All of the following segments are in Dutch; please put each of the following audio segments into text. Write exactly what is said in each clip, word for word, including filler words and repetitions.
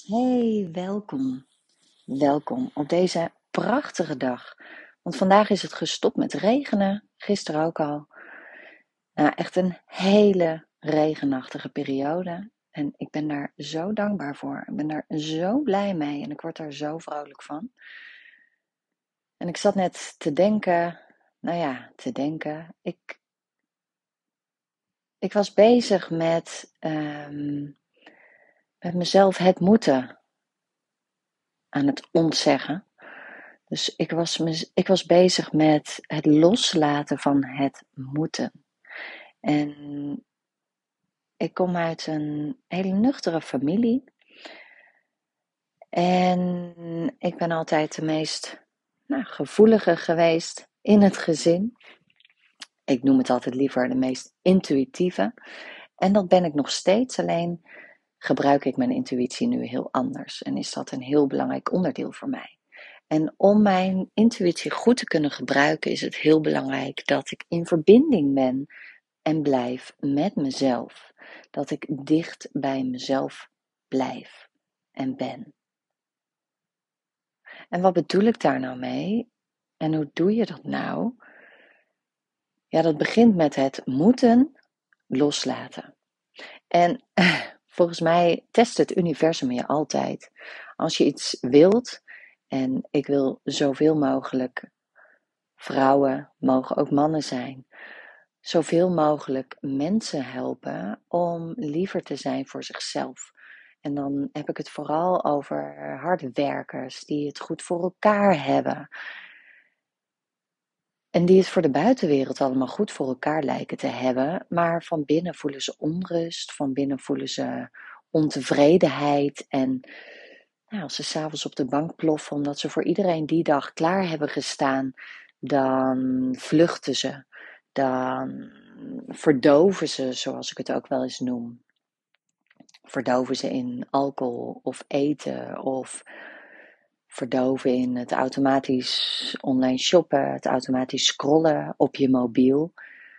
Hey, welkom. Welkom op deze prachtige dag. Want vandaag is het gestopt met regenen, gisteren ook al. Nou, echt een hele regenachtige periode. En ik ben daar zo dankbaar voor. Ik ben daar zo blij mee en ik word daar zo vrolijk van. En ik zat net te denken, nou ja, te denken. Ik, ik was bezig met, ehm, met mezelf het moeten aan het ontzeggen. Dus ik was, ik was bezig met het loslaten van het moeten. En ik kom uit een hele nuchtere familie. En ik ben altijd de meest nou, gevoelige geweest in het gezin. Ik noem het altijd liever de meest intuïtieve. En dat ben ik nog steeds, alleen gebruik ik mijn intuïtie nu heel anders. En is dat een heel belangrijk onderdeel voor mij. En om mijn intuïtie goed te kunnen gebruiken is het heel belangrijk dat ik in verbinding ben en blijf met mezelf. Dat ik dicht bij mezelf blijf en ben. En wat bedoel ik daar nou mee? En hoe doe je dat nou? Ja, dat begint met het moeten loslaten. En volgens mij test het universum je altijd. Als je iets wilt, en ik wil zoveel mogelijk vrouwen, mogen ook mannen zijn, zoveel mogelijk mensen helpen om liever te zijn voor zichzelf. En dan heb ik het vooral over harde werkers die het goed voor elkaar hebben. En die het voor de buitenwereld allemaal goed voor elkaar lijken te hebben, maar van binnen voelen ze onrust, van binnen voelen ze ontevredenheid. En nou, als ze s'avonds op de bank ploffen omdat ze voor iedereen die dag klaar hebben gestaan, dan vluchten ze. Dan verdoven ze, zoals ik het ook wel eens noem. Verdoven ze in alcohol of eten of verdoven in het automatisch online shoppen, het automatisch scrollen op je mobiel.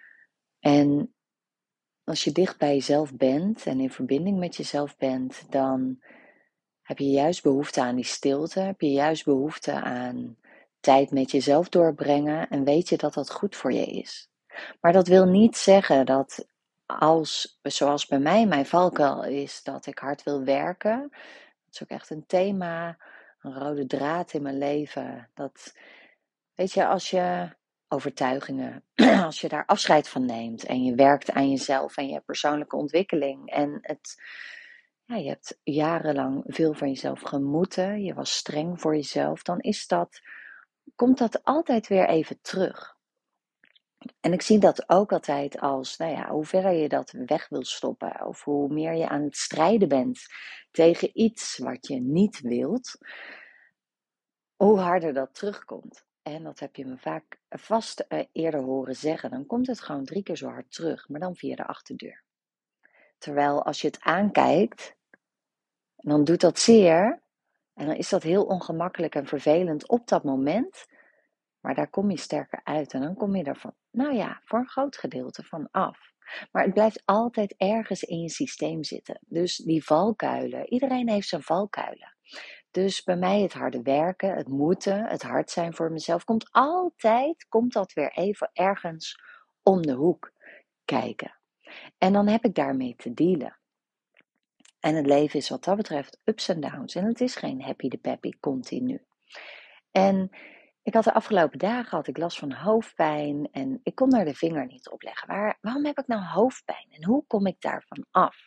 En als je dicht bij jezelf bent en in verbinding met jezelf bent, dan heb je juist behoefte aan die stilte, heb je juist behoefte aan tijd met jezelf doorbrengen en weet je dat dat goed voor je is. Maar dat wil niet zeggen dat als, zoals bij mij mijn valkuil is, dat ik hard wil werken. Dat is ook echt een thema, een rode draad in mijn leven. Dat, weet je, als je overtuigingen, als je daar afscheid van neemt en je werkt aan jezelf en je persoonlijke ontwikkeling en het, ja, je hebt jarenlang veel van jezelf gemoeten, je was streng voor jezelf, dan is dat, komt dat altijd weer even terug. En ik zie dat ook altijd als, nou ja, hoe verder je dat weg wil stoppen, of hoe meer je aan het strijden bent tegen iets wat je niet wilt, hoe harder dat terugkomt. En dat heb je me vaak vast uh, eerder horen zeggen. Dan komt het gewoon drie keer zo hard terug, maar dan via de achterdeur. Terwijl als je het aankijkt, dan doet dat zeer. En dan is dat heel ongemakkelijk en vervelend op dat moment. Maar daar kom je sterker uit. En dan kom je er van, nou ja, voor een groot gedeelte van af. Maar het blijft altijd ergens in je systeem zitten. Dus die valkuilen. Iedereen heeft zijn valkuilen. Dus bij mij het harde werken, het moeten, het hard zijn voor mezelf, komt altijd, komt dat weer even ergens om de hoek kijken. En dan heb ik daarmee te dealen. En het leven is wat dat betreft ups en downs. En het is geen happy de peppy continu. En ik had de afgelopen dagen had ik last van hoofdpijn en ik kon daar de vinger niet op leggen. Waar, waarom heb ik nou hoofdpijn en hoe kom ik daarvan af?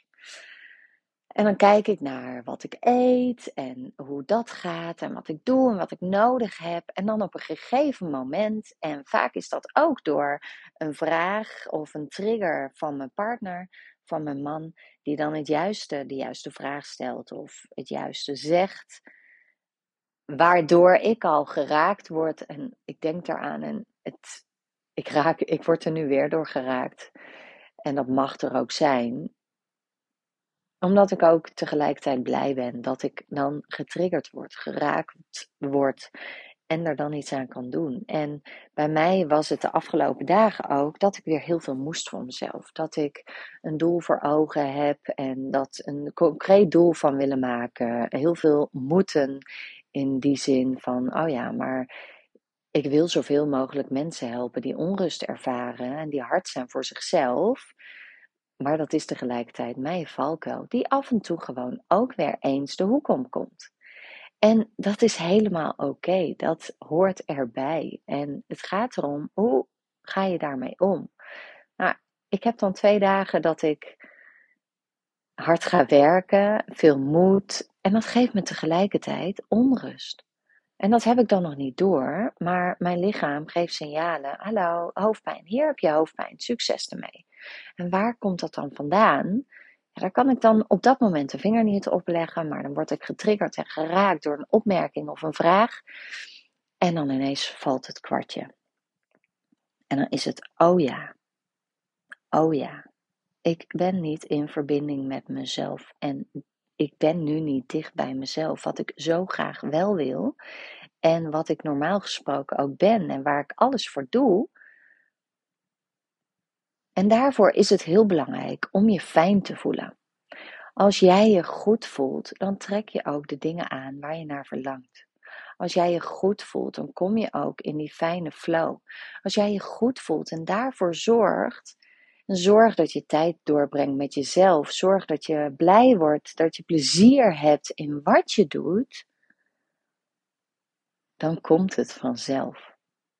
En dan kijk ik naar wat ik eet en hoe dat gaat en wat ik doe en wat ik nodig heb. En dan op een gegeven moment, en vaak is dat ook door een vraag of een trigger van mijn partner, van mijn man, die dan het juiste, de juiste vraag stelt of het juiste zegt. Waardoor ik al geraakt word en ik denk daaraan en het, ik, raak, ik word er nu weer door geraakt. En dat mag er ook zijn. Omdat ik ook tegelijkertijd blij ben dat ik dan getriggerd word, geraakt word. en er dan iets aan kan doen. En bij mij was het de afgelopen dagen ook dat ik weer heel veel moest voor mezelf. Dat ik een doel voor ogen heb en dat een concreet doel van willen maken. Heel veel moeten in die zin van, oh ja, maar ik wil zoveel mogelijk mensen helpen die onrust ervaren en die hard zijn voor zichzelf. Maar dat is tegelijkertijd mijn valkuil, die af en toe gewoon ook weer eens de hoek omkomt. En dat is helemaal oké, dat hoort erbij. En het gaat erom, hoe ga je daarmee om? Nou, ik heb dan twee dagen dat ik hard ga werken, veel moed. En dat geeft me tegelijkertijd onrust. En dat heb ik dan nog niet door, maar mijn lichaam geeft signalen. Hallo, hoofdpijn, hier heb je hoofdpijn, succes ermee. En waar komt dat dan vandaan? Ja, daar kan ik dan op dat moment de vinger niet op leggen, maar dan word ik getriggerd en geraakt door een opmerking of een vraag. En dan ineens valt het kwartje. En dan is het, oh ja, oh ja, ik ben niet in verbinding met mezelf en ik ben nu niet dicht bij mezelf, wat ik zo graag wel wil. En wat ik normaal gesproken ook ben en waar ik alles voor doe. En daarvoor is het heel belangrijk om je fijn te voelen. Als jij je goed voelt, dan trek je ook de dingen aan waar je naar verlangt. Als jij je goed voelt, dan kom je ook in die fijne flow. Als jij je goed voelt en daarvoor zorgt, en zorg dat je tijd doorbrengt met jezelf, zorg dat je blij wordt, dat je plezier hebt in wat je doet, dan komt het vanzelf.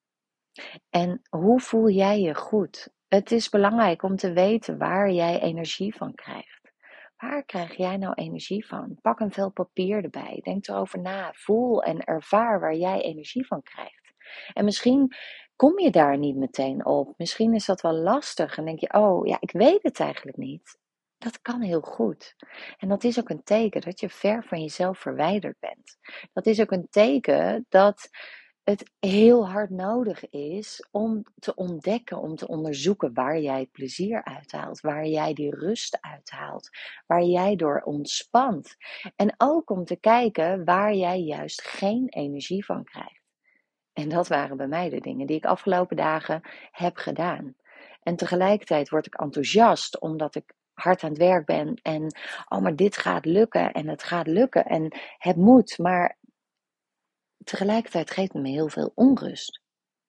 En hoe voel jij je goed? Het is belangrijk om te weten waar jij energie van krijgt. Waar krijg jij nou energie van? Pak een vel papier erbij. Denk erover na. Voel en ervaar waar jij energie van krijgt. En misschien kom je daar niet meteen op. Misschien is dat wel lastig en denk je, oh ja, ik weet het eigenlijk niet. Dat kan heel goed. En dat is ook een teken dat je ver van jezelf verwijderd bent. Dat is ook een teken dat het heel hard nodig is om te ontdekken, om te onderzoeken waar jij plezier uithaalt, waar jij die rust uithaalt, waar jij door ontspant. En ook om te kijken waar jij juist geen energie van krijgt. En dat waren bij mij de dingen die ik afgelopen dagen heb gedaan. En tegelijkertijd word ik enthousiast omdat ik hard aan het werk ben en oh, maar dit gaat lukken en het gaat lukken en het moet, maar tegelijkertijd geeft het me heel veel onrust.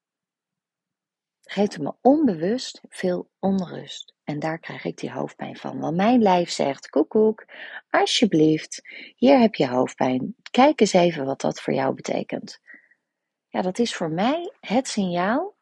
Geeft het me onbewust veel onrust. En daar krijg ik die hoofdpijn van. Want mijn lijf zegt, koekoek, alsjeblieft, hier heb je hoofdpijn. Kijk eens even wat dat voor jou betekent. Ja, dat is voor mij het signaal,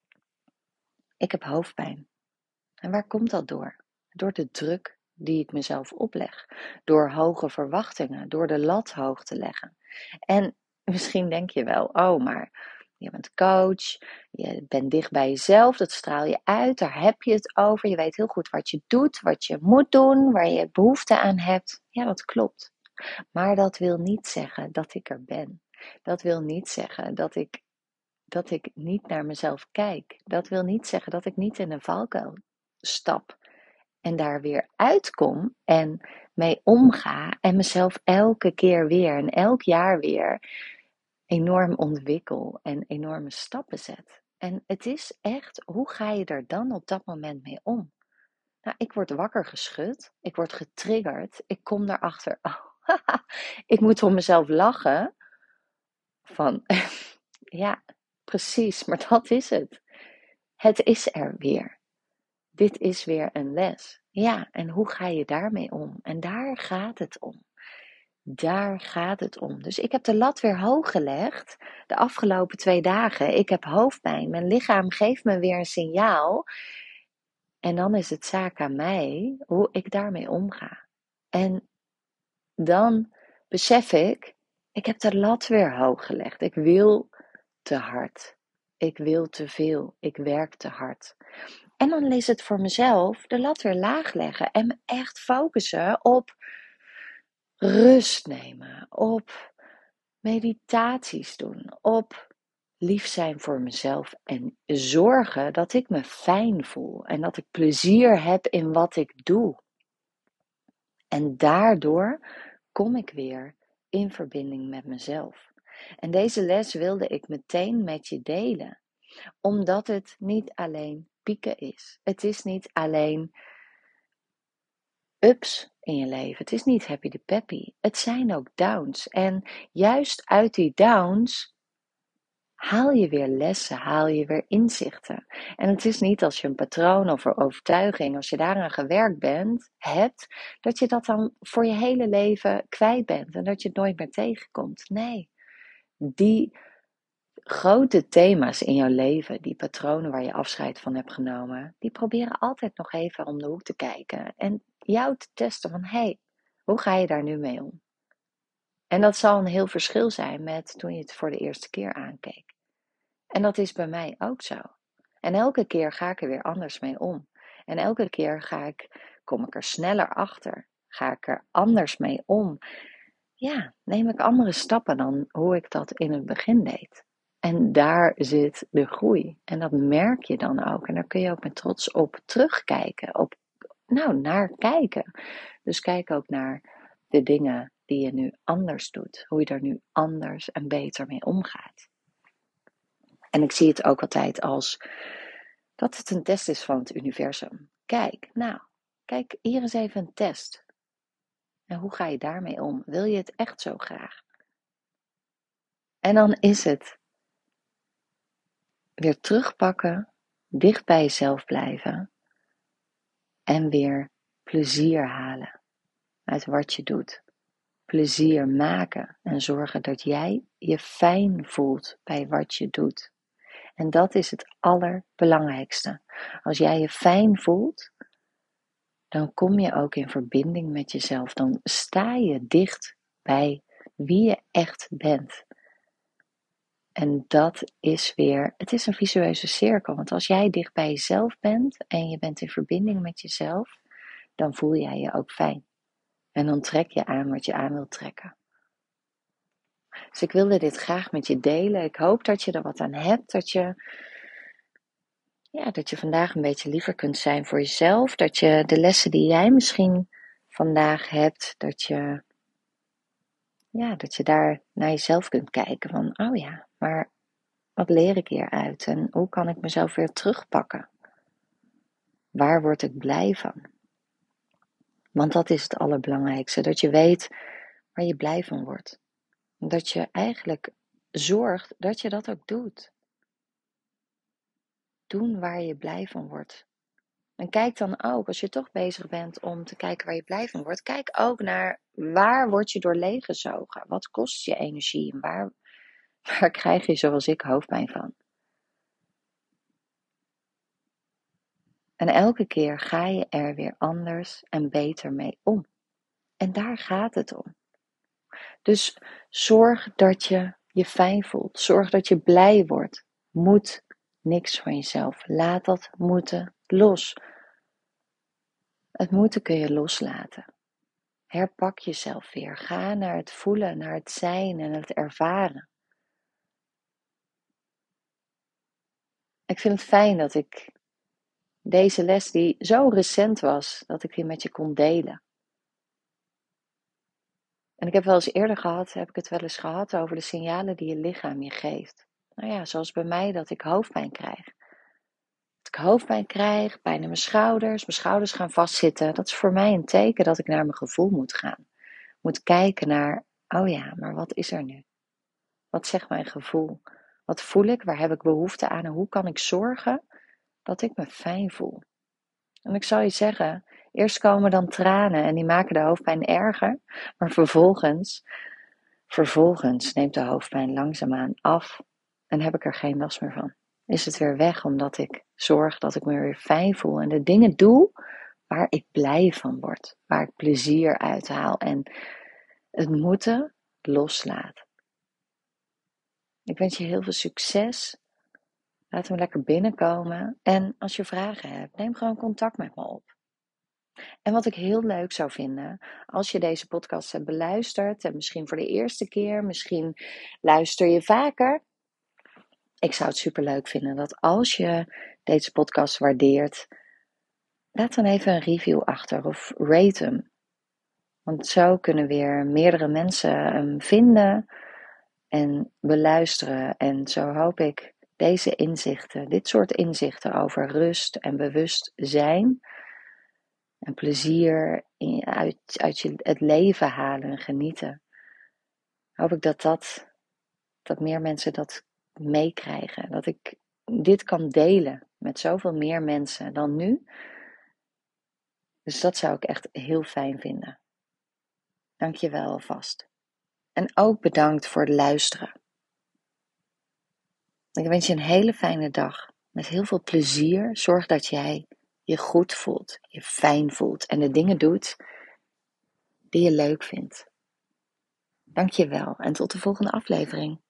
ik heb hoofdpijn. En waar komt dat door? Door de druk die ik mezelf opleg. Door hoge verwachtingen, door de lat hoog te leggen. En misschien denk je wel, oh, maar je bent coach, je bent dicht bij jezelf, dat straal je uit, daar heb je het over. Je weet heel goed wat je doet, wat je moet doen, waar je behoefte aan hebt. Ja, dat klopt. Maar dat wil niet zeggen dat ik er ben. Dat wil niet zeggen dat ik, dat ik niet naar mezelf kijk. Dat wil niet zeggen dat ik niet in een valkuil stap en daar weer uitkom en mee omga en mezelf elke keer weer en elk jaar weer enorm ontwikkel en enorme stappen zet. En het is echt, hoe ga je er dan op dat moment mee om? Nou, ik word wakker geschud, ik word getriggerd, ik kom daarachter, oh, ik moet om mezelf lachen van, ja, precies, maar dat is het. Het is er weer. Dit is weer een les. Ja, en hoe ga je daarmee om? En daar gaat het om. Daar gaat het om. Dus ik heb de lat weer hoog gelegd de afgelopen twee dagen. Ik heb hoofdpijn. Mijn lichaam geeft me weer een signaal. En dan is het zaak aan mij hoe ik daarmee omga. En dan besef ik, ik heb de lat weer hoog gelegd. Ik wil te hard. Ik wil te veel. Ik werk te hard. En dan is het voor mezelf de lat weer laag leggen en me echt focussen op rust nemen, op meditaties doen, op lief zijn voor mezelf en zorgen dat ik me fijn voel en dat ik plezier heb in wat ik doe. En daardoor kom ik weer in verbinding met mezelf. En deze les wilde ik meteen met je delen. Omdat het niet alleen pieken is. Het is niet alleen ups in je leven. Het is niet happy de peppy. Het zijn ook downs. En juist uit die downs haal je weer lessen, haal je weer inzichten. En het is niet als je een patroon of een overtuiging, als je daaraan gewerkt bent, hebt, dat je dat dan voor je hele leven kwijt bent en dat je het nooit meer tegenkomt. Nee, die grote thema's in jouw leven, die patronen waar je afscheid van hebt genomen, die proberen altijd nog even om de hoek te kijken en jou te testen van, hé, hey, hoe ga je daar nu mee om? En dat zal een heel verschil zijn met toen je het voor de eerste keer aankeek. En dat is bij mij ook zo. En elke keer ga ik er weer anders mee om. En elke keer ga ik, kom ik er sneller achter. Ga ik er anders mee om. Ja, neem ik andere stappen dan hoe ik dat in het begin deed. En daar zit de groei. En dat merk je dan ook. En daar kun je ook met trots op terugkijken. Op, nou, naar kijken. Dus kijk ook naar de dingen die je nu anders doet. Hoe je er nu anders en beter mee omgaat. En ik zie het ook altijd als dat het een test is van het universum. Kijk, nou, kijk, hier is even een test. En hoe ga je daarmee om? Wil je het echt zo graag? En dan is het weer terugpakken, dicht bij jezelf blijven en weer plezier halen uit wat je doet. Plezier maken en zorgen dat jij je fijn voelt bij wat je doet. En dat is het allerbelangrijkste. Als jij je fijn voelt, dan kom je ook in verbinding met jezelf. Dan sta je dicht bij wie je echt bent. En dat is weer, het is een visueuze cirkel. Want als jij dicht bij jezelf bent en je bent in verbinding met jezelf, dan voel jij je ook fijn. En dan trek je aan wat je aan wilt trekken. Dus ik wilde dit graag met je delen. Ik hoop dat je er wat aan hebt. Dat je, ja, dat je vandaag een beetje liever kunt zijn voor jezelf. Dat je de lessen die jij misschien vandaag hebt, dat je, ja, dat je daar naar jezelf kunt kijken. Van, oh ja, maar wat leer ik hieruit? En hoe kan ik mezelf weer terugpakken? Waar word ik blij van? Want dat is het allerbelangrijkste. Dat je weet waar je blij van wordt. Dat je eigenlijk zorgt dat je dat ook doet. Doen waar je blij van wordt. En kijk dan ook, als je toch bezig bent om te kijken waar je blij van wordt, kijk ook naar waar word je door leeggezogen? Wat kost je energie en waar, waar krijg je zoals ik hoofdpijn van? En elke keer ga je er weer anders en beter mee om. En daar gaat het om. Dus zorg dat je je fijn voelt. Zorg dat je blij wordt. Moet niks van jezelf. Laat dat moeten los. Het moeten kun je loslaten. Herpak jezelf weer. Ga naar het voelen, naar het zijn en het ervaren. Ik vind het fijn dat ik deze les, die zo recent was, dat ik die met je kon delen. En ik heb wel eens eerder gehad, heb ik het wel eens gehad over de signalen die je lichaam je geeft. Nou ja, zoals bij mij dat ik hoofdpijn krijg. Dat ik hoofdpijn krijg, pijn in mijn schouders, mijn schouders gaan vastzitten. Dat is voor mij een teken dat ik naar mijn gevoel moet gaan. Moet kijken naar, oh ja, maar wat is er nu? Wat zegt mijn gevoel? Wat voel ik? Waar heb ik behoefte aan? En hoe kan ik zorgen dat ik me fijn voel? En ik zal je zeggen, eerst komen dan tranen en die maken de hoofdpijn erger. Maar vervolgens, vervolgens neemt de hoofdpijn langzaamaan af en heb ik er geen last meer van. Is het weer weg omdat ik zorg dat ik me weer fijn voel en de dingen doe waar ik blij van word. Waar ik plezier uit haal en het moeten loslaten. Ik wens je heel veel succes. Laat hem lekker binnenkomen. En als je vragen hebt, neem gewoon contact met me op. En wat ik heel leuk zou vinden, als je deze podcast hebt beluisterd, en misschien voor de eerste keer, misschien luister je vaker. Ik zou het super leuk vinden dat als je deze podcast waardeert, laat dan even een review achter of rate hem. Want zo kunnen weer meerdere mensen hem vinden. en beluisteren. En zo hoop ik deze inzichten, dit soort inzichten over rust en bewustzijn en plezier in, uit, uit je, het leven halen en genieten. Hoop ik dat, dat, dat meer mensen dat meekrijgen. Dat ik dit kan delen met zoveel meer mensen dan nu. Dus dat zou ik echt heel fijn vinden. Dank je wel alvast. En ook bedankt voor het luisteren. Ik wens je een hele fijne dag. Met heel veel plezier. Zorg dat jij je goed voelt. Je fijn voelt. En de dingen doet die je leuk vindt. Dank je wel. En tot de volgende aflevering.